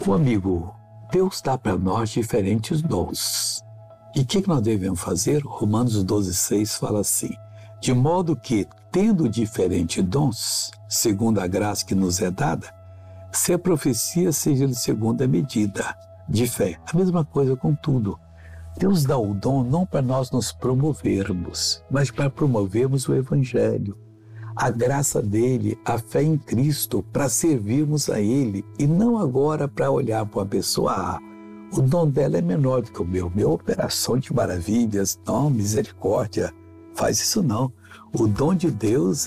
Ô amigo, Deus dá para nós diferentes dons. E o que nós devemos fazer? Romanos 12,6 fala assim: de modo que, tendo diferentes dons, segundo a graça que nos é dada, se a profecia seja de segunda medida de fé. A mesma coisa com tudo. Deus dá o dom não para nós nos promovermos, mas para promovermos o Evangelho. A graça dele, a fé em Cristo, para servirmos a Ele, e não agora para olhar para uma pessoa, o dom dela é menor do que o meu. Minha operação de maravilhas, não, misericórdia, faz isso não. O dom de Deus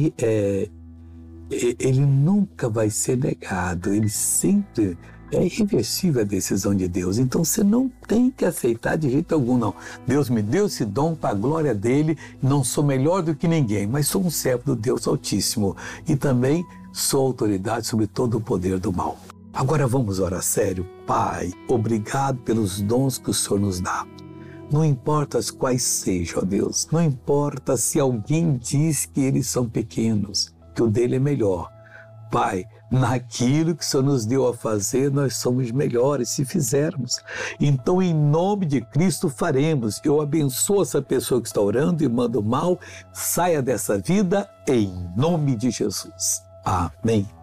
ele nunca vai ser negado, ele sempre é irreversível a decisão de Deus. Então você não tem que aceitar de jeito algum, não. Deus me deu esse dom para a glória dele, não sou melhor do que ninguém, mas sou um servo do Deus Altíssimo e também sou autoridade sobre todo o poder do mal. Agora vamos orar sério. Pai, obrigado pelos dons que o Senhor nos dá. Não importa as quais sejam, ó Deus, não importa se alguém diz que eles são pequenos, que o dele é melhor. Pai, naquilo que o Senhor nos deu a fazer, nós somos melhores se fizermos. Então, em nome de Cristo, faremos. Eu abençoo essa pessoa que está orando e mando mal, saia dessa vida em nome de Jesus. Amém.